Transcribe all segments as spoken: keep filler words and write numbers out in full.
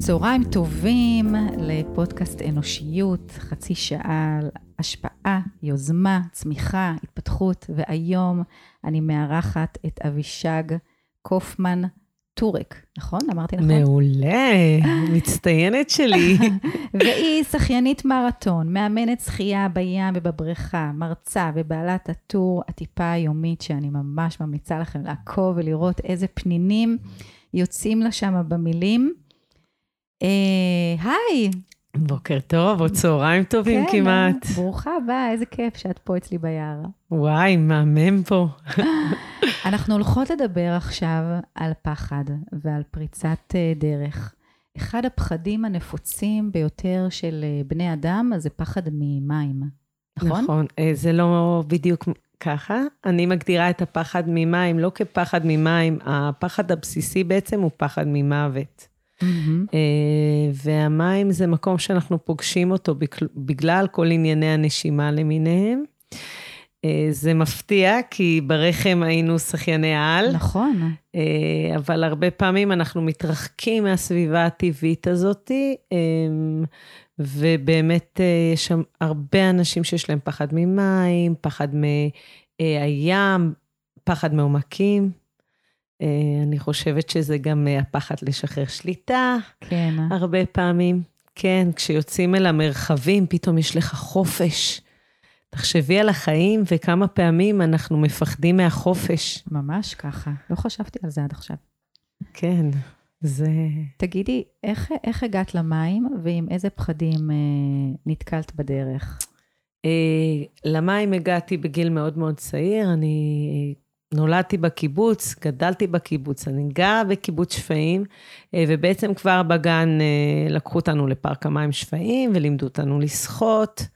צהריים טובים לפודקאסט אנושיות, חצי שעה על השפעה, יוזמה, צמיחה, התפתחות, והיום אני מארחת את אבישג קופמן טורק, נכון? אמרתי נכון? מעולה, מצטיינת שלי. והיא שחיינית מרתון, מאמנת שחייה בים ובבריכה, מרצה ובעלת הטור הטיפה היומית, שאני ממש ממליצה לכם לעקוב ולראות איזה פנינים יוצאים לה שם במילים. היי. בוקר טוב, או צהריים טובים כמעט. ברוכה הבאה, איזה כיף שאת פה אצלי ביער. וואי, מהמם פה. אנחנו הולכות לדבר עכשיו על פחד ועל פריצת דרך. אחד הפחדים הנפוצים ביותר של בני אדם, זה פחד ממים, נכון? נכון, זה לא בדיוק ככה. אני מגדירה את הפחד ממים, לא כפחד ממים, הפחד הבסיסי בעצם הוא פחד ממוות. Mm-hmm. והמים זה מקום שאנחנו פוגשים אותו בגלל כל ענייני הנשימה למיניהם. זה מפתיע, כי ברחם היינו שחייני על. נכון. אבל הרבה פעמים אנחנו מתרחקים מהסביבה הטבעית הזאת, ובאמת יש שם הרבה אנשים שיש להם פחד ממים, פחד מהים, פחד מעומקים. אני חושבת שזה גם הפחד לשחרר שליטה. כן. הרבה פעמים. כן, כשיוצאים אל המרחבים, פתאום יש לך חופש. תחשבי על החיים, וכמה פעמים אנחנו מפחדים מהחופש. ממש ככה. לא חשבתי על זה עד עכשיו. כן, זה... תגידי, איך, איך הגעת למים, ועם איזה פחדים אה, נתקלת בדרך? אה, למים הגעתי בגיל מאוד מאוד צעיר, אני... נולדתי בקיבוץ, גדלתי בקיבוץ, אני גרה בקיבוץ שפיים, ובעצם כבר בגן לקחו אותנו לפארק המים שפיים, ולימדו אותנו לשחות.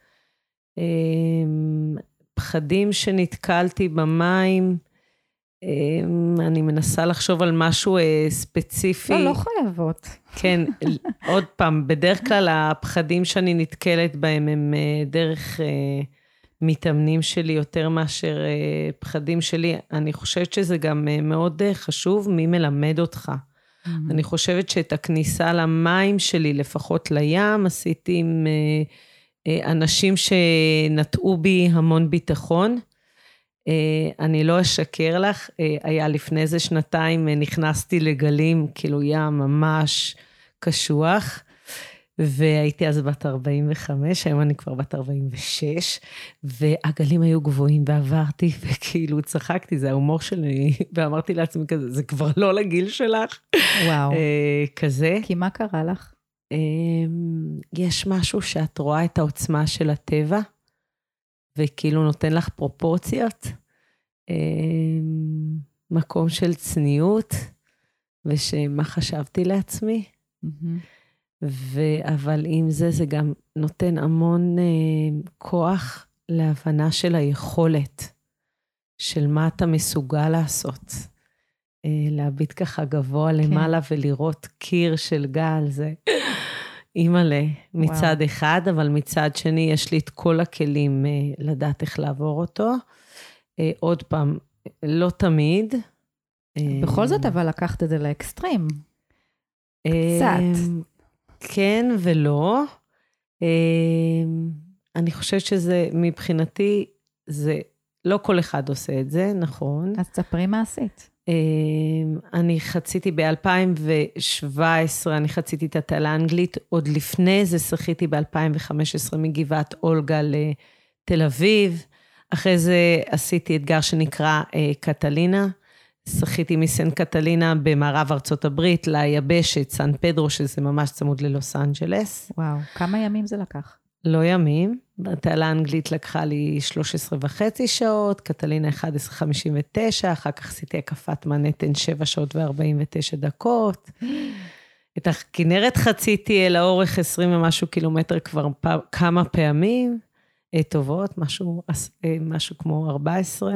פחדים שנתקלתי במים, אני מנסה לחשוב על משהו ספציפי. לא, לא חייבות. כן, עוד פעם, בדרך כלל הפחדים שאני נתקלת בהם הם דרך... מתאמנים שלי יותר מאשר פחדים שלי. אני חושבת שזה גם מאוד חשוב מי מלמד אותך. Mm-hmm. אני חושבת שאת הכניסה למים שלי, לפחות לים, עשיתי עם אנשים שנטעו בי המון ביטחון. אני לא אשקר לך, היה לפני איזה שנתיים, נכנסתי לגלים, כאילו ים ממש קשוח, והייתי אז בת ארבעים וחמש, היום אני כבר בת ארבעים ושש, והגלים היו גבוהים, ועברתי, וכאילו צחקתי, זה ההומור שלי, ואמרתי לעצמי כזה, זה כבר לא לגיל שלך. וואו. כזה. כי מה קרה לך? יש משהו שאת רואה את העוצמה של הטבע, וכאילו נותן לך פרופורציות, מקום של צניעות, ושמה חשבתי לעצמי. ו- אבל עם זה, זה גם נותן המון uh, כוח להבנה של היכולת, של מה אתה מסוגל לעשות. Uh, להביט ככה גבוה כן. למעלה ולראות קיר של גל, זה אימא'לה, מצד וואו. אחד, אבל מצד שני יש לי את כל הכלים uh, לדעת איך לעבור אותו. Uh, עוד פעם, לא תמיד. בכל זאת, אבל לקחת את זה לאקסטרים. Uh, קצת. כן ולא. אני חושבת שזה, מבחינתי, זה, לא כל אחד עושה את זה, נכון. אז תספרי מה עשית. אני חציתי ב-אלפיים שבע עשרה, אני חציתי את הטיילה האנגלית, עוד לפני זה שחיתי ב-אלפיים וחמש עשרה מגבעת אולגה לתל אביב, אחרי זה עשיתי אתגר שנקרא קטלינה, שחיתי מסן קטלינה במערב ארצות הברית, ליבשת, סן פדרו, שזה ממש צמוד ללוס אנג'לס. וואו, כמה ימים זה לקח? לא ימים, הטיילה האנגלית לקחה לי שלוש עשרה וחצי שעות, קטלינה אחת עשרה חמישים ותשע, אחר כך עשיתי הקפת מנהטן שבע שעות ו-ארבעים ותשע דקות. את הכנרת חציתי אל האורך עשרים ומשהו קילומטר כבר פ... כמה פעמים, טובות, משהו, משהו כמו ארבע עשרה.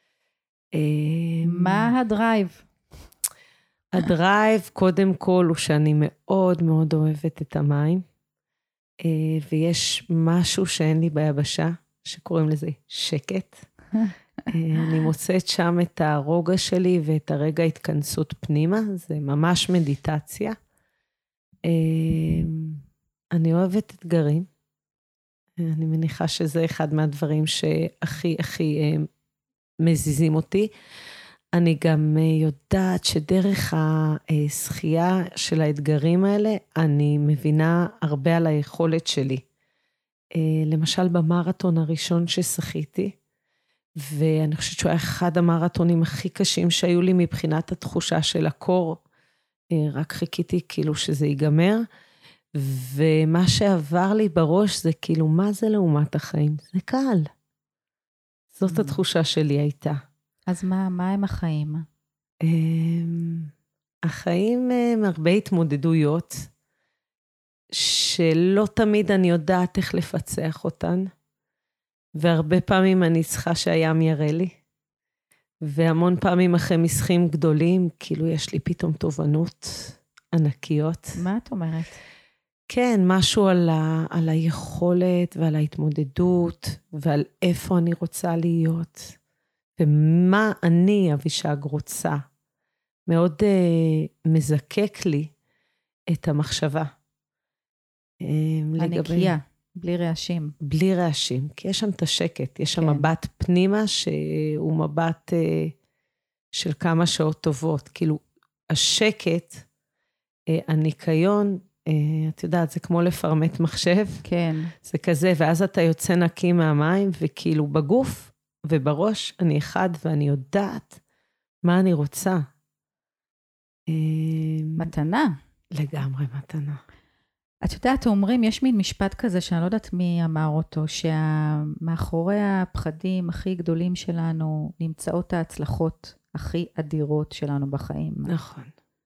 מה הדרייב? הדרייב, קודם כל, הוא שאני מאוד מאוד אוהבת את המים, ויש משהו שאין לי ביבשה, שקוראים לזה שקט. אני מוצאת שם את הרוגע שלי, ואת הרגע התכנסות פנימה, זה ממש מדיטציה. אני אוהבת אתגרים. אני מניחה שזה אחד מהדברים שהכי הכי מזיזים אותי. אני גם יודעת שדרך השחייה של האתגרים האלה, אני מבינה הרבה על היכולת שלי. למשל במרתון הראשון ששחיתי, ואני חושבת שהוא היה אחד המרתונים הכי קשים שהיו לי מבחינת התחושה של הקור, רק חיכיתי כאילו שזה ייגמר, ומה שעבר לי בראש זה כאילו, מה זה לעומת החיים? זה קל. זאת התחושה שלי הייתה. אז מה, מה הם החיים? החיים הם הרבה התמודדויות, שלא תמיד אני יודעת איך לפצח אותן, והרבה פעמים אני צריכה שהים יראה לי, והמון פעמים אחרי משחקים גדולים, כאילו יש לי פתאום תובנות ענקיות. מה את אומרת? כן, משהו על, ה, על היכולת ועל ההתמודדות, ועל איפה אני רוצה להיות, ומה אני, אבישג, רוצה. מאוד uh, מזקק לי את המחשבה. הנקייה, בלי רעשים. בלי רעשים, כי יש שם את השקט, יש שם כן. מבט פנימה, שהוא מבט uh, של כמה שעות טובות. כאילו, השקט, uh, הניקיון, את יודעת, זה כמו לפרמט מחשב. כן. זה כזה, ואז אתה יוצא נקי מהמים, וכאילו בגוף ובראש אני אחד, ואני יודעת מה אני רוצה. מתנה. לגמרי מתנה. את יודעת, אומרים, יש מין משפט כזה, שאני לא יודעת מי אמר אותו, שמאחורי הפחדים הכי גדולים שלנו, נמצאות ההצלחות הכי אדירות שלנו בחיים. נכון.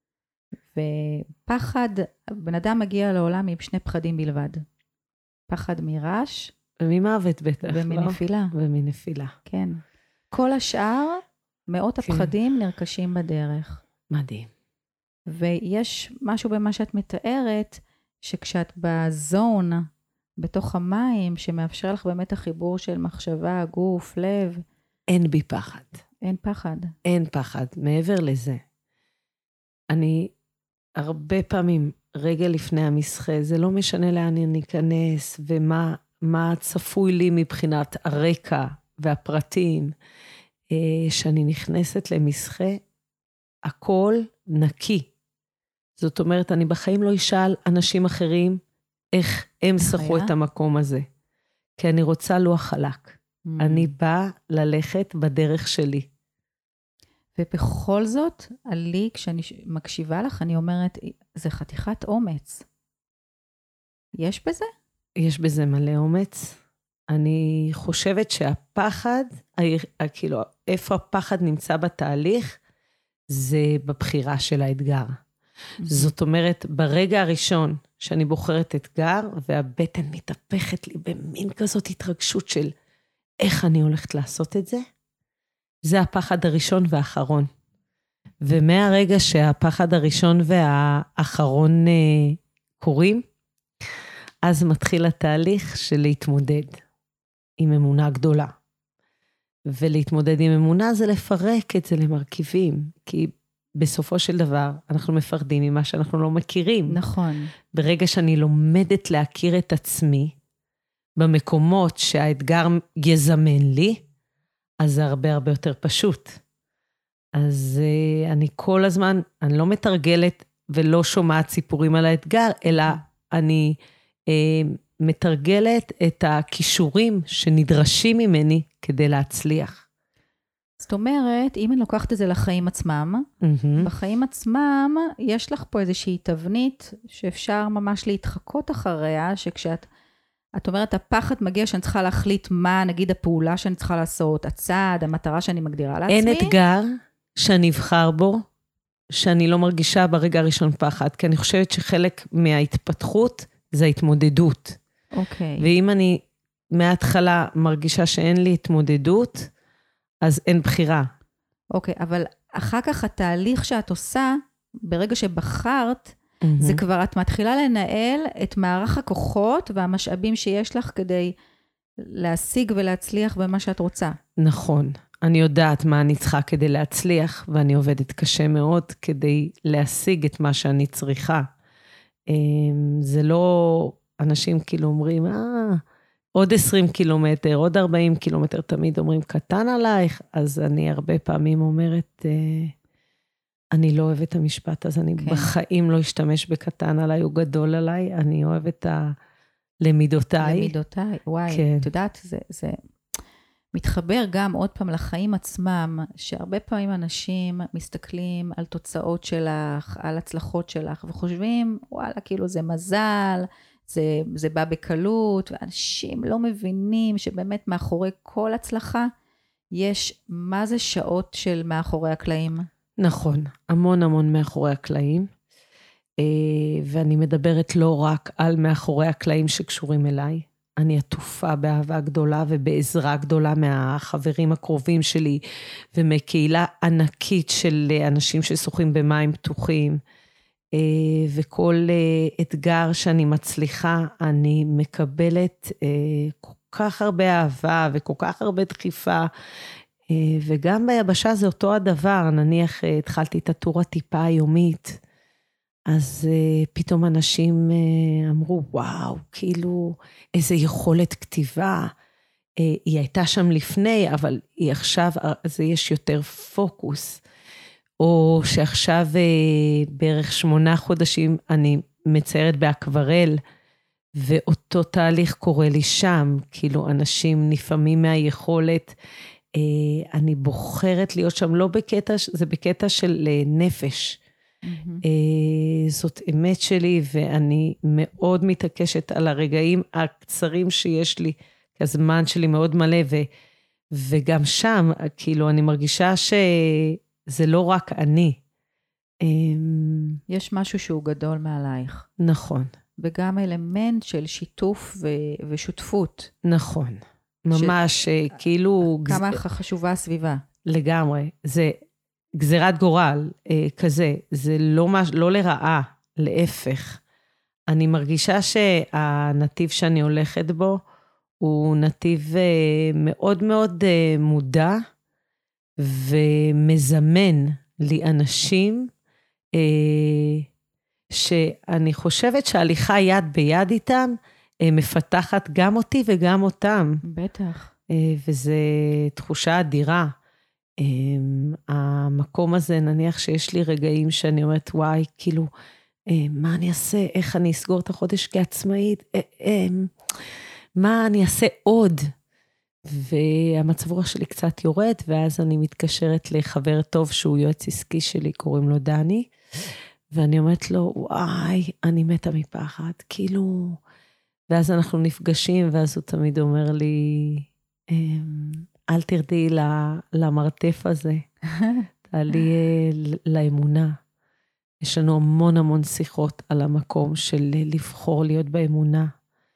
ופחד, בן אדם מגיע לעולם עם שני פחדים בלבד. פחד מרעש. וממוות בטח. ומנפילה. לא? ומנפילה. כן. כל השאר, מאות כן. הפחדים נרכשים בדרך. מדהים. ויש משהו במה שאת מתארת, שכשאת בזון, בתוך המים, שמאפשר לך באמת החיבור של מחשבה, גוף, לב. אין בי פחד. אין פחד. אין פחד. מעבר לזה. אני הרבה פעמים, רגע לפני המשחה, זה לא משנה לאן אני אכנס, ומה מה צפוי לי מבחינת הרקע והפרטים, שאני נכנסת למשחה, הכל נקי. זאת אומרת, אני בחיים לא אשאל אנשים אחרים, איך הם שחו את המקום הזה. כי אני רוצה לוח חלק. Mm. אני באה ללכת בדרך שלי. ובכל זאת, עלי, כשאני מקשיבה לך, אני אומרת, זה חתיכת אומץ. יש בזה? יש בזה מלא אומץ. אני חושבת שהפחד, כאילו, איפה הפחד נמצא בתהליך, זה בבחירה של האתגר. Mm-hmm. זאת אומרת, ברגע הראשון שאני בוחרת אתגר, והבטן מתהפכת לי במין כזאת התרגשות של איך אני הולכת לעשות את זה, זה הפחד הראשון והאחרון. ומהרגע שהפחד הראשון והאחרון אה, קורים, אז מתחיל התהליך של להתמודד עם אמונה גדולה. ולהתמודד עם אמונה זה לפרק את זה למרכיבים, כי בסופו של דבר אנחנו מפחדים ממה שאנחנו לא מכירים. נכון. ברגע שאני לומדת להכיר את עצמי, במקומות שהאתגר יזמן לי, אז זה הרבה הרבה יותר פשוט. אז uh, אני כל הזמן, אני לא מתרגלת ולא שומעת סיפורים על האתגר, אלא אני uh, מתרגלת את הכישורים שנדרשים ממני כדי להצליח. זאת אומרת, אם אני לוקחת את זה לחיים עצמם, mm-hmm. בחיים עצמם יש לך פה איזושהי תבנית שאפשר ממש להתחקות אחריה, שכשאת את אומרת, הפחד מגיע שאני צריכה להחליט מה, נגיד, הפעולה שאני צריכה לעשות, הצעד, המטרה שאני מגדירה לעצמי. אין אתגר שאני אבחר בו, שאני לא מרגישה ברגע הראשון פחד, כי אני חושבת שחלק מההתפתחות זה ההתמודדות. אוקיי. ואם אני מההתחלה מרגישה שאין לי התמודדות, אז אין בחירה. אוקיי, אבל אחר כך התהליך שאת עושה, ברגע שבחרת, זה כבר, את מתחילה לנהל את מערך הכוחות והמשאבים שיש לך כדי להשיג ולהצליח במה שאת רוצה. נכון. אני יודעת מה אני צריכה כדי להצליח, ואני עובדת קשה מאוד כדי להשיג את מה שאני צריכה. זה לא, אנשים כאילו אומרים, אה, עוד עשרים קילומטר, עוד ארבעים קילומטר, תמיד אומרים, קטן עלייך, אז אני הרבה פעמים אומרת, אני לא אוהבת את המשפט, אז אני כן. בחיים לא אשתמש בקטן עליי, הוא גדול עליי, אני אוהבת את הלמידותיי. למידותיי, וואי, כן. את יודעת, זה, זה מתחבר גם עוד פעם לחיים עצמם, שהרבה פעמים אנשים מסתכלים על תוצאות שלך, על הצלחות שלך, וחושבים, וואלה, כאילו זה מזל, זה, זה בא בקלות, ואנשים לא מבינים שבאמת מאחורי כל הצלחה, יש מה זה שעות של מאחורי הקלעים. נכון, המון המון מאחורי הקלעים, ואני מדברת לא רק על מאחורי הקלעים שקשורים אליי, אני עטופה באהבה גדולה ובעזרה גדולה מהחברים הקרובים שלי, ומקהילה ענקית של אנשים ששוחים במים פתוחים, וכל אתגר שאני מצליחה, אני מקבלת כל כך הרבה אהבה וכל כך הרבה דחיפה, וגם ביבשה זה אותו הדבר, נניח התחלתי את הטור הטיפה היומית, אז פתאום אנשים אמרו, וואו, כאילו איזה יכולת כתיבה, היא הייתה שם לפני, אבל היא עכשיו, אז יש יותר פוקוס, או שעכשיו בערך שמונה חודשים אני מציירת באקוורל, ואותו תהליך קורה לי שם, כאילו אנשים נפעמים מהיכולת, אני בוחרת להיות שם, לא בקטע, זה בקטע של נפש, mm-hmm. זאת אמת שלי, ואני מאוד מתעקשת על הרגעים הקצרים שיש לי, כי הזמן שלי מאוד מלא, ו, וגם שם, כאילו אני מרגישה שזה לא רק אני. יש משהו שהוא גדול מעלייך. נכון. וגם אלמנט של שיתוף ו- ושותפות. נכון. ממש, ש... כאילו... כמה גז... חשובה הסביבה. לגמרי. זה גזירת גורל אה, כזה. זה לא, מש... לא לרעה, להפך. אני מרגישה שהנתיב שאני הולכת בו, הוא נתיב אה, מאוד מאוד אה, מודע, ומזמן לי אנשים, אה, שאני חושבת שההליכה יד ביד איתם, מפתחת גם אותי וגם אותם. בטח. וזו תחושה אדירה. המקום הזה, נניח שיש לי רגעים שאני אומרת, וואי, כאילו, מה אני אעשה? איך אני אסגור את החודש כעצמאית? מה אני אעשה עוד? והמצב רוח שלי קצת יורד, ואז אני מתקשרת לחבר טוב שהוא יועץ עסקי שלי, קוראים לו דני, ואני אומרת לו, וואי, אני מתה מפחד, כאילו... ואז אנחנו נפגשים, ואז הוא תמיד אומר לי, אל תרדי למרתף הזה, תעלי לאמונה. יש לנו המון המון שיחות על המקום של לבחור להיות באמונה,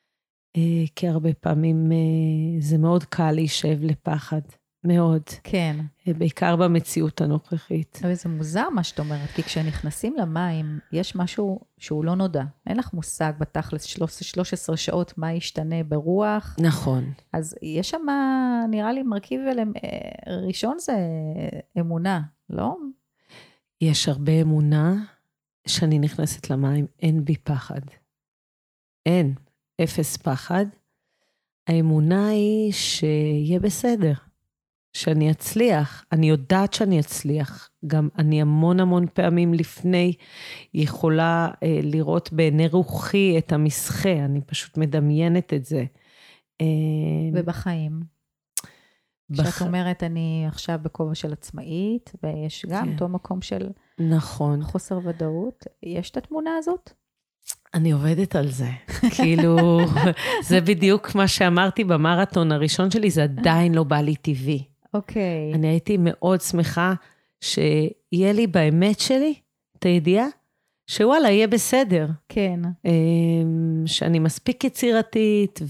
כי הרבה פעמים זה מאוד קל להישאב לפחד, מאוד. כן. בעיקר במציאות הנוכחית. אבל זה מוזר מה שאת אומרת, כי כשנכנסים למים, יש משהו שהוא לא נודע. אין לך מושג בתכלס שלוש עשרה שעות מה ישתנה ברוח. נכון. אז יש שם, נראה לי, מרכיב ראשון זה אמונה, לא? יש הרבה אמונה שאני נכנסת למים, אין בי פחד. אין, אפס פחד. האמונה היא שיהיה בסדר. שאני אצליח, אני יודעת שאני אצליח, גם אני המון המון פעמים לפני יכולה אה, לראות בעיני רוחי את המשחה, אני פשוט מדמיינת את זה. אה, ובחיים? בח... שאת אומרת, אני עכשיו בכובע של עצמאית, ויש גם כן. אותו מקום של נכון. חוסר ודאות, יש את התמונה הזאת? אני עובדת על זה, כאילו, זה בדיוק מה שאמרתי במרתון הראשון שלי, זה עדיין לא בא לי טבעי. אוקיי. אני הייתי מאוד שמחה שיהיה לי באמת שלי, את הידיעה, שוואלה, יהיה בסדר. כן. שאני מספיק יצירתית,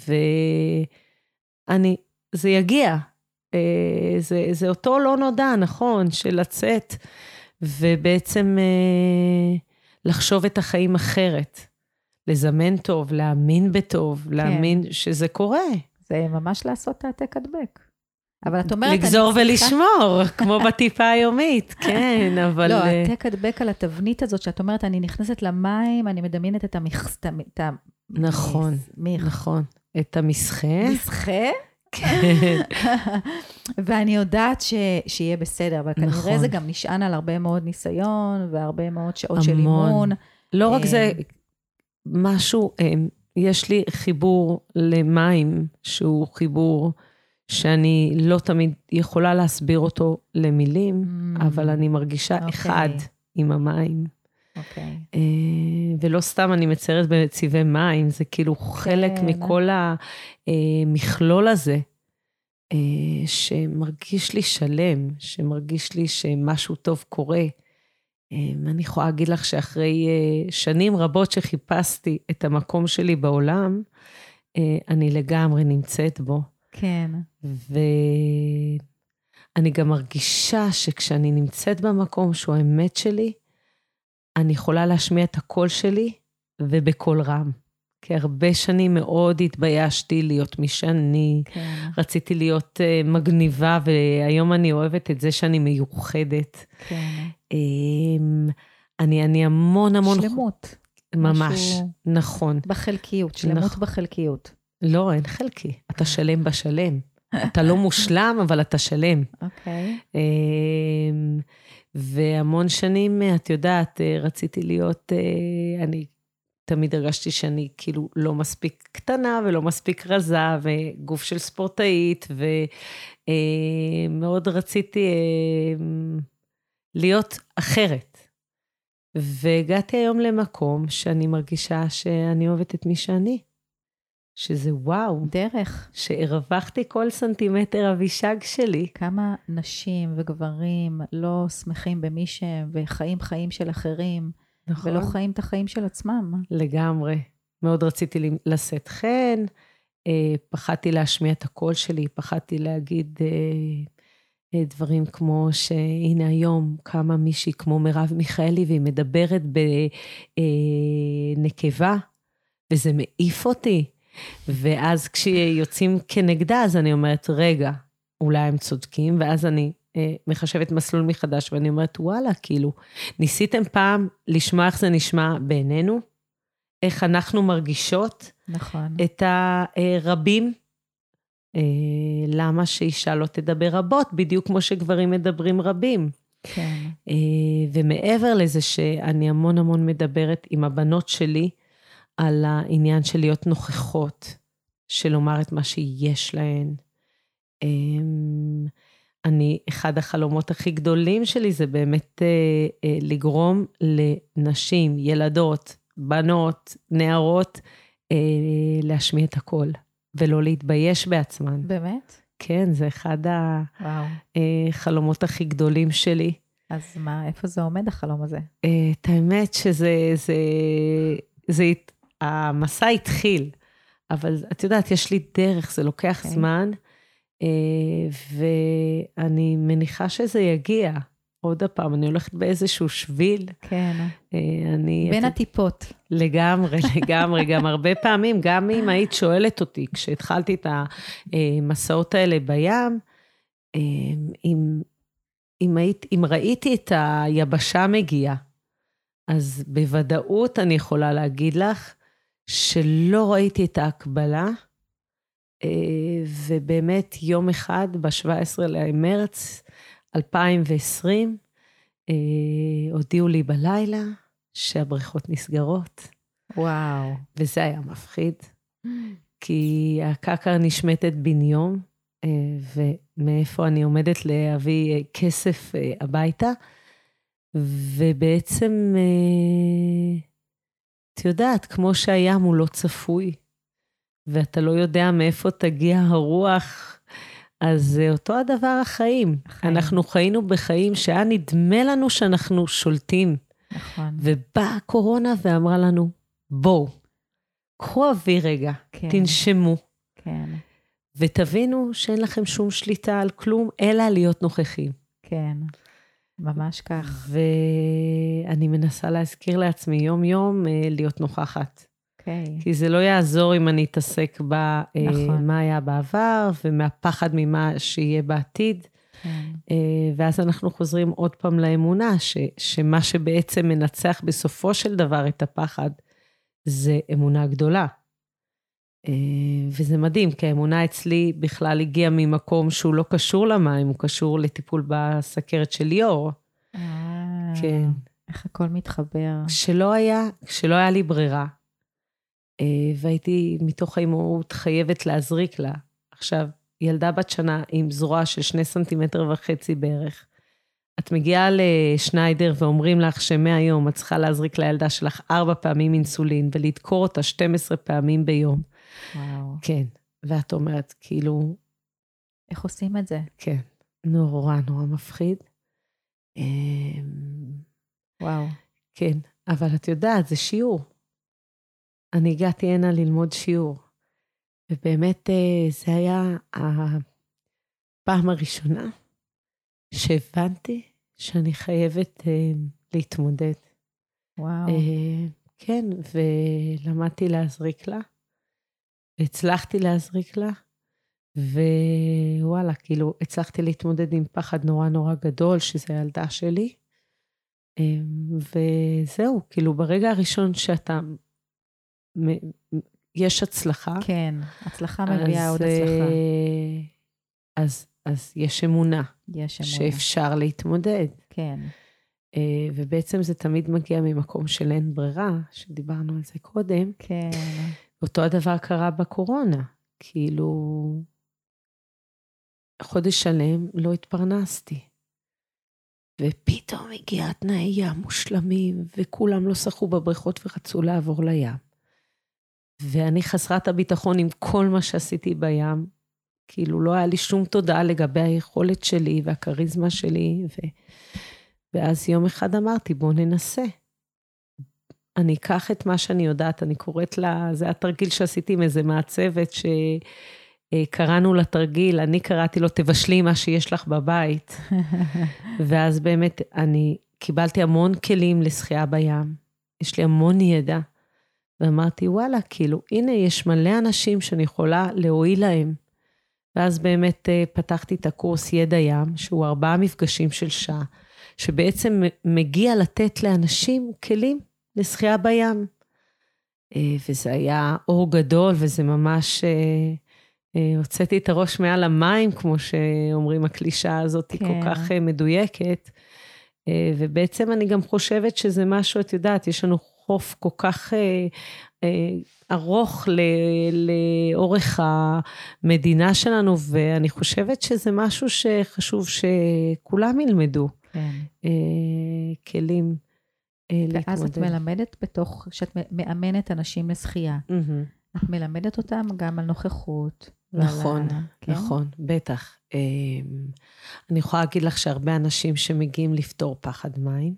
ואני, זה יגיע. זה, זה אותו לא נודע, נכון, של לצאת, ובעצם לחשוב את החיים אחרת. לזמן טוב, להאמין בטוב, להאמין כן. שזה קורה. זה ממש לעשות העתק הדבק. אבל את אומרת... לגזור ולשמור, כמו בטיפה היומית, כן, אבל... לא, העתק הדבק על התבנית הזאת, שאת אומרת, אני נכנסת למים, אני מדמיינת את המכס... נכון, נכון. את המסחה. מסחה? כן. ואני יודעת ש... שיהיה בסדר, אבל כנראה נכון. זה גם נשען על הרבה מאוד ניסיון, והרבה מאוד שעות המון. של אימון. לא רק זה, משהו, יש לי חיבור למים, שהוא חיבור שאני לא תמיד יכולה להסביר אותו למילים, mm. אבל אני מרגישה okay. אחד עם המים. אוקיי. Okay. ולא סתם אני מציירת בצבעי מים, זה כאילו כן. חלק מכל המכלול הזה, שמרגיש לי שלם, שמרגיש לי שמשהו טוב קורה. אני יכולה להגיד לך שאחרי שנים רבות שחיפשתי את המקום שלי בעולם, אני לגמרי נמצאת בו. כן. ואני גם מרגישה שכשאני נמצאת במקום שהוא האמת שלי, אני יכולה להשמיע את הקול שלי ובקול רם. כי הרבה שנים מאוד התביישתי להיות מי שאני, כן. רציתי להיות uh, מגניבה, והיום אני אוהבת את זה שאני מיוחדת. כן. Um, אני, אני המון המון... שלמות. ממש, נכון. בחלקיות, שלמות נכ... בחלקיות. לא, אין חלקי, אתה שלם בשלם. אתה לא מושלם, אבל אתה שלם. אוקיי. Okay. Um, והמון שנים, את יודעת, רציתי להיות, אני תמיד הרגשתי שאני כאילו לא מספיק קטנה ולא מספיק רזה, וגוף של ספורטאית, ומאוד רציתי להיות אחרת. והגעתי היום למקום שאני מרגישה שאני אוהבת את מי שאני. שזה וואו. דרך. שהרווחתי כל סנטימטר אבישג שלי. כמה נשים וגברים לא שמחים במי שהם, וחיים חיים של אחרים, נכון. ולא חיים את החיים של עצמם. לגמרי. מאוד רציתי לשאת חן, פחדתי להשמיע את הקול שלי, פחדתי להגיד דברים כמו שהנה היום קמה מישהי כמו מרב מיכאלי, והיא מדברת בנקבה, וזה מעיף אותי. ואז כשיוצאים כנגדה, אז אני אומרת, רגע, אולי הם צודקים, ואז אני אה, מחשבת מסלול מחדש, ואני אומרת, וואלה, כאילו, ניסיתם פעם לשמוע איך זה נשמע בעינינו? איך אנחנו מרגישות? נכון. את הרבים? אה, למה שאישה לא תדבר רבות, בדיוק כמו שגברים מדברים רבים. כן. אה, ומעבר לזה שאני המון המון מדברת עם הבנות שלי, על העניין של להיות נוכחות, של לומר את מה שיש להן. אני, אחד החלומות הכי גדולים שלי, זה באמת לגרום לנשים, ילדות, בנות, נערות, להשמיע את הקול, ולא להתבייש בעצמן. באמת? כן, זה אחד החלומות הכי גדולים שלי. אז מה, איפה זה עומד החלום הזה? את האמת שזה, זה, זה, המסע התחיל, אבל את יודעת, יש לי דרך, זה לוקח okay. זמן, ואני מניחה שזה יגיע. עוד הפעם, אני הולכת באיזשהו שביל. כן. אני... בין את... הטיפות. לגמרי, לגמרי. גם הרבה פעמים, גם אם היית שואלת אותי, כשהתחלתי את המסעות האלה בים, אם, אם, היית, אם ראיתי את היבשה מגיעה, אז בוודאות אני יכולה להגיד לך, שלא ראיתי את ההקבלה, ובאמת יום אחד, ב-שבעה עשר למרץ אלפיים ועשרים, הודיעו לי בלילה שהבריכות נסגרות. וואו. וזה היה מפחיד, כי הקקר נשמטת בן יום, ומאיפה אני עומדת להביא כסף הביתה, ובעצם... את יודעת, כמו שהים הוא לא צפוי, ואתה לא יודע מאיפה תגיע הרוח, אז זה אותו הדבר החיים. החיים. אנחנו חיינו בחיים שהיה נדמה לנו שאנחנו שולטים. נכון. ובאה הקורונה ואמרה לנו, בואו, קחו אוויר רגע, כן. תנשמו. כן. ותבינו שאין לכם שום שליטה על כלום, אלא להיות נוכחים. כן. ממש כך. ואני מנסה להזכיר לעצמי יום יום להיות נוכחת. אוקיי. כי זה לא יעזור אם אני אתעסק נכון. במה היה בעבר, ומהפחד ממה שיהיה בעתיד. כן. ואז אנחנו חוזרים עוד פעם לאמונה, ש, שמה שבעצם מנצח בסופו של דבר את הפחד, זה אמונה גדולה. וזה מדהים, כי האמונה אצלי בכלל הגיעה ממקום שהוא לא קשור למים, הוא קשור לטיפול בסכרת של ליאור. אה, כן. איך הכל מתחבר. כשלא היה, כשלא היה לי ברירה, והייתי מתוך האימהות חייבת להזריק לה. עכשיו, ילדה בת שנה עם זרוע של שני סנטימטר וחצי בערך. את מגיעה לשניידר ואומרים לך שמהיום את צריכה להזריק לילדה שלך ארבע פעמים אינסולין, ולדקור אותה שתים עשרה פעמים ביום. וואו. כן, ואת אומרת, כאילו... איך עושים את זה? כן, נורא נורא מפחיד. וואו. כן, אבל את יודעת, זה שיעור. אני הגעתי הנה ללמוד שיעור. ובאמת זה היה הפעם הראשונה שהבנתי שאני חייבת להתמודד. וואו. כן, ולמדתי להזריק לה, והצלחתי להזריק לה, ווואלה, כאילו הצלחתי להתמודד עם פחד נורא נורא גדול, שזה הילדה שלי, וזהו, כאילו ברגע הראשון שאתה, יש הצלחה. כן, הצלחה מביאה עוד הצלחה. אז, אז יש אמונה. יש אמונה. שאפשר להתמודד. כן. ובעצם זה תמיד מגיע ממקום של אין ברירה, שדיברנו על זה קודם. כן. אותו הדבר קרה בקורונה. כאילו, חודש שלם לא התפרנסתי. ופתאום הגיעה תנאי ים מושלמים, וכולם לא שחו בבריכות ורצו לעבור לים. ואני חסרת הביטחון עם כל מה שעשיתי בים, כאילו לא היה לי שום תודעה לגבי היכולת שלי והקריזמה שלי, ו... ואז יום אחד אמרתי, בוא ננסה. אני אקח את מה שאני יודעת, אני קוראת לה, זה התרגיל שעשיתי עם איזה מעצבת, שקראנו לתרגיל, אני קראתי לו, תבשלי מה שיש לך בבית. ואז באמת אני קיבלתי המון כלים לשחייה בים, יש לי המון ידע, ואמרתי, וואלה, כאילו, הנה יש מלא אנשים שאני יכולה להועיל להם. ואז באמת פתחתי את הקורס ידע ים, שהוא ארבעה מפגשים של שעה, שבעצם מגיע לתת לאנשים כלים לשחייה בים. וזה היה אור גדול, וזה ממש, הוצאתי את הראש מעל המים, כמו שאומרים, הקלישה הזאת היא כל כך מדויקת. ובעצם אני גם חושבת שזה משהו, את יודעת, יש לנו חוף כל כך ארוך לאורך המדינה שלנו, ואני חושבת שזה משהו שחשוב שכולם ילמדו. כן. כלים להתמודד. ואז את מלמדת בתוך, שאת מאמנת אנשים לשחייה. את מלמדת אותם גם על נוכחות. נכון, נכון, בטח. אני יכולה להגיד לך שהרבה אנשים שמגיעים לפתור פחד מים,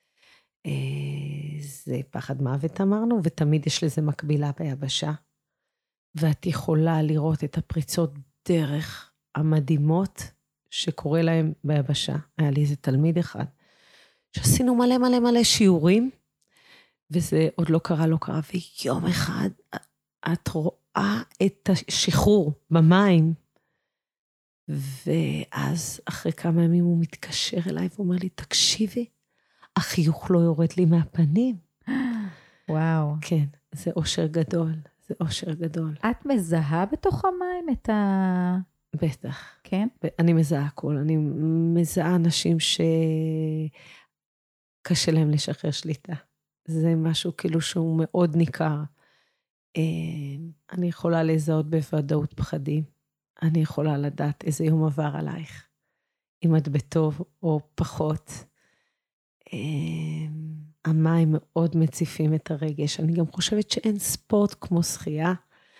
זה פחד מוות אמרנו, ותמיד יש לזה מקבילה ביבשה, ואת יכולה לראות את הפריצות דרך המדהימות שקורה להם ביבשה. היה לי איזה תלמיד אחד, שעשינו מלא מלא מלא שיעורים, וזה עוד לא קרה, לא קרה, ויום אחד את רואה את השחרור במים, ואז אחרי כמה ימים הוא מתקשר אליי ואומר לי, תקשיבי, החיוך לא יורד לי מהפנים. וואו. כן, זה אושר גדול, זה אושר גדול. את מזהה בתוך המים את ה... בטח. כן? אני מזהה הכל, אני מזהה אנשים שקשה להם לשחרר שליטה. זה משהו כאילו שהוא מאוד ניכר. אני יכולה לזהות בוודאות פחדים. אני יכולה לדעת איזה יום עבר עלייך. אם את בטוב או פחות. המים מאוד מציפים את הרגש. אני גם חושבת שאין ספורט כמו שחייה.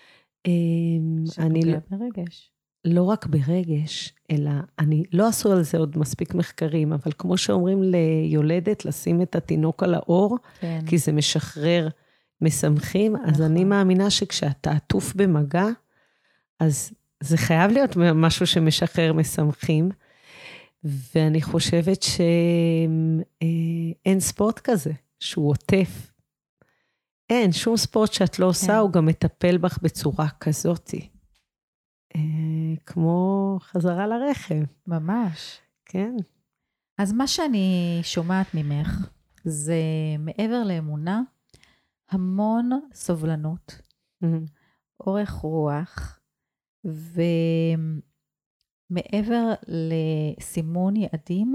שפוגע ברגש. לא רק ברגש, אלא אני לא עשו על זה עוד מספיק מחקרים, אבל כמו שאומרים ליולדת, לשים את התינוק על האור, כן. כי זה משחרר משמחים, אז נכון. אני מאמינה שכשאתה עטוף במגע, אז זה חייב להיות משהו שמשחרר משמחים, ואני חושבת שאין ספורט כזה, שהוא עוטף. אין, שום ספורט שאת לא עושה, כן. הוא גם מטפל בך בצורה כזאת. אה, כמו חזרה לרחם. ממש. כן. אז מה שאני שומעת ממך, זה מעבר לאמונה, המון סובלנות, Mm-hmm. אורך רוח, ומעבר לסימון יעדים,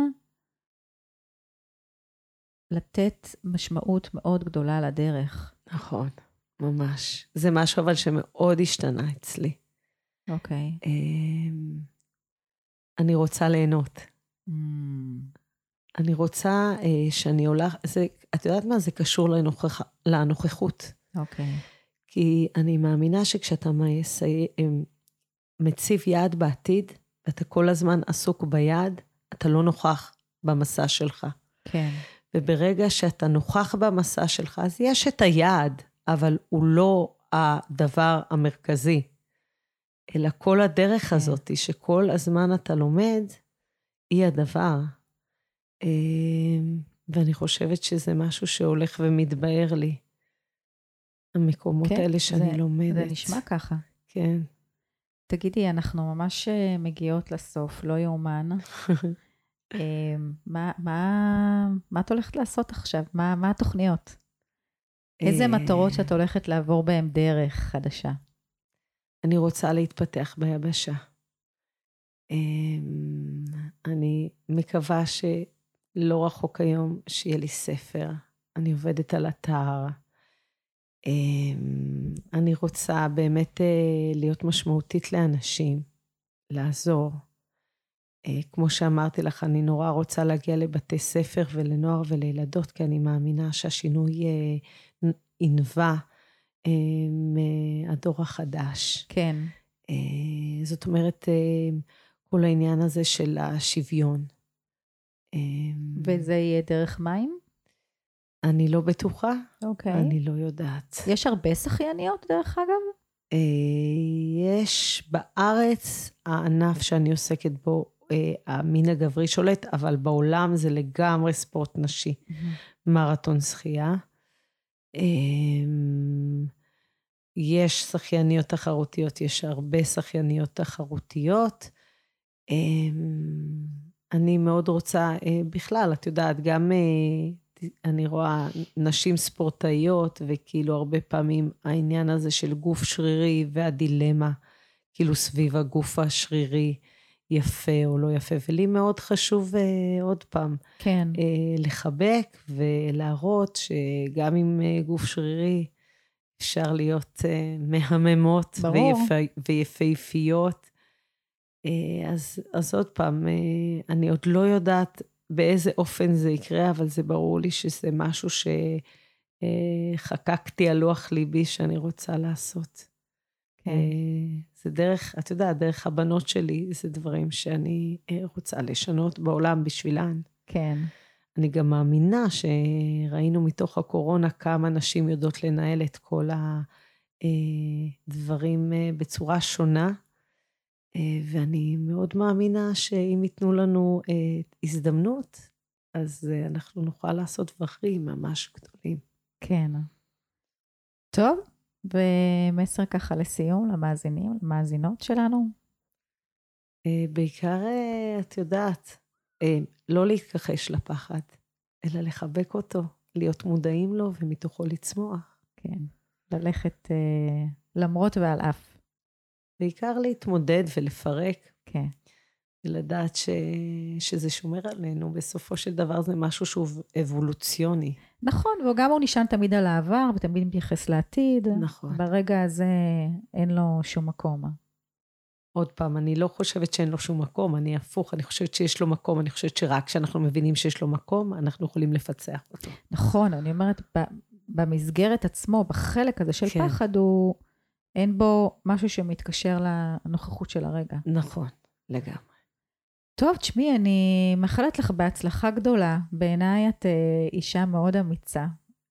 לתת משמעות מאוד גדולה לדרך. נכון, ממש. זה משהו אבל שמאוד השתנה אצלי. אוקיי. אה, אני רוצה ליהנות. Mm. אני רוצה אה, שאני הולך, זה, את יודעת מה? זה קשור לנוכח, לנוכחות. אוקיי. כי אני מאמינה שכשאתה מסי, מציב יעד בעתיד, ואתה כל הזמן עסוק ביעד, אתה לא נוכח במסע שלך. כן. וברגע שאתה נוכח במסע שלך, אז יש את היעד, אבל הוא לא הדבר המרכזי, אלא כל הדרך כן. הזאת, שכל הזמן אתה לומד, היא הדבר. ואני חושבת שזה משהו שהולך ומתבאר לי. המקומות כן, האלה שאני זה, לומדת. זה נשמע ככה. כן. תגידי, אנחנו ממש מגיעות לסוף, לא יאומן. מה, מה, מה את הולכת לעשות עכשיו? מה, מה התוכניות? איזה מטרות שאת הולכת לעבור בהן דרך חדשה? אני רוצה להתפתח ביבשה. אני מקווה שלא רחוק היום שיהיה לי ספר. אני עובדת על אתר. אני רוצה באמת להיות משמעותית לאנשים, לעזור. כמו שאמרתי לך, אני נורא רוצה להגיע לבתי ספר ולנוער ולילדות, כי אני מאמינה שהשינוי ינבע מהדור החדש. כן. זאת אומרת, כל העניין הזה של השוויון. וזה יהיה דרך מים? אני לא בטוחה. אוקיי. אני לא יודעת. יש הרבה שחייניות דרך אגב? יש בארץ, הענף שאני עוסקת בו, המין הגברי שולט, אבל בעולם זה לגמרי ספורט נשי. מרתון שחייה. יש שחייניות תחרותיות, יש הרבה שחייניות תחרותיות. אני מאוד רוצה, בכלל, את יודעת, גם אני רואה נשים ספורטאיות, וכאילו הרבה פעמים העניין הזה של גוף שרירי והדילמה, כאילו סביב הגוף השרירי, יפה או לא יפה, ולי מאוד חשוב עוד פעם, כן. לחבק ולהראות שגם עם גוף שרירי, אפשר להיות מהממות ויפהפיות. אז, אז עוד פעם, אני עוד לא יודעת באיזה אופן זה יקרה, אבל זה ברור לי שזה משהו שחקקתי על לוח ליבי שאני רוצה לעשות. כן. זה דרך, את יודעת, דרך הבנות שלי, זה דברים שאני רוצה לשנות בעולם בשבילן. כן. אני גם מאמינה שראינו מתוך הקורונה כמה נשים יודעות לנהל את כל הדברים בצורה שונה, ואני מאוד מאמינה שאם ייתנו לנו הזדמנות, אז אנחנו נוכל לעשות דברים ממש גדולים. כן. טוב, ומסר ככה לסיום למאזינים, למאזינות שלנו? בעיקר, את יודעת, לא להתכחש לפחד, אלא לחבק אותו, להיות מודעים לו ומתוכו לצמוח. כן, ללכת למרות ועל אף. בעיקר להתמודד ולפרק. כן. ולדעת ש... שזה שומר עלינו, בסופו של דבר זה משהו שהוא אבולוציוני. נכון, וגם הוא נשען תמיד על העבר, ותמיד מתייחס לעתיד. נכון. ברגע הזה אין לו שום מקום. עוד פעם, אני לא חושבת שאין לו שום מקום, אני הפוך, אני חושבת שיש לו מקום, אני חושבת שרק כשאנחנו מבינים שיש לו מקום, אנחנו יכולים לפצח אותו. נכון, אני אומרת, במסגרת עצמו, בחלק הזה של כן. פחד, הוא, אין בו משהו שמתקשר לנוכחות של הרגע. נכון, לגמרי. טוב, תשמעי, אני מאחלת לך בהצלחה גדולה. בעיניי את אישה מאוד אמיצה.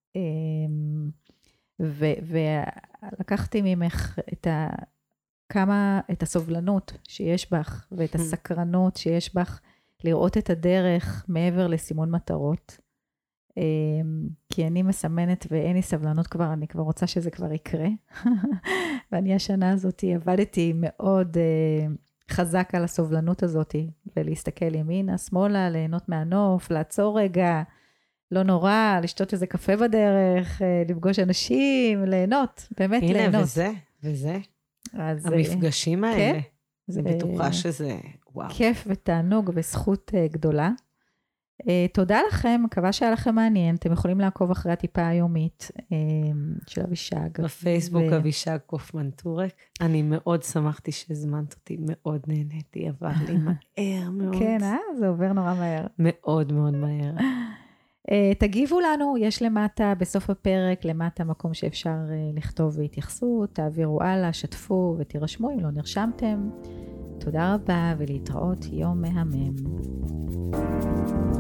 ולקחתי ממך את ה... כמה, את הסובלנות שיש בך, ואת הסקרנות שיש בך, לראות את הדרך מעבר לסימון מטרות. כי אני מסמנת ואין לי סבלנות כבר, אני כבר רוצה שזה כבר יקרה. ואני השנה הזאת עבדתי מאוד uh, חזק על הסובלנות הזאת, ולהסתכל ימינה, שמאלה, ליהנות מהנוף, לעצור רגע, לא נורא, לשתות איזה קפה בדרך, uh, לפגוש אנשים, ליהנות, באמת הנה, ליהנות. הנה, וזה, וזה. אז, המפגשים האלה. כן? זה בטוחה שזה, וואו. כיף ותענוג וזכות uh, גדולה. Uh, תודה לכם, מקווה שהיה לכם מעניין, אתם יכולים לעקוב אחרי הטיפה היומית uh, של אבישג. בפייסבוק ו... אבישג קופמן טורק. אני מאוד שמחתי שהזמנת אותי, מאוד נהניתי, אבל לי מהר מאוד. כן, אה? זה עובר נורא מהר. מאוד מאוד מהר. Uh, תגיבו לנו, יש למטה, בסוף הפרק, למטה מקום שאפשר uh, לכתוב והתייחסות, תעבירו הלאה, שתפו ותירשמו אם לא נרשמתם. תודה רבה ולהתראות יום מהמם.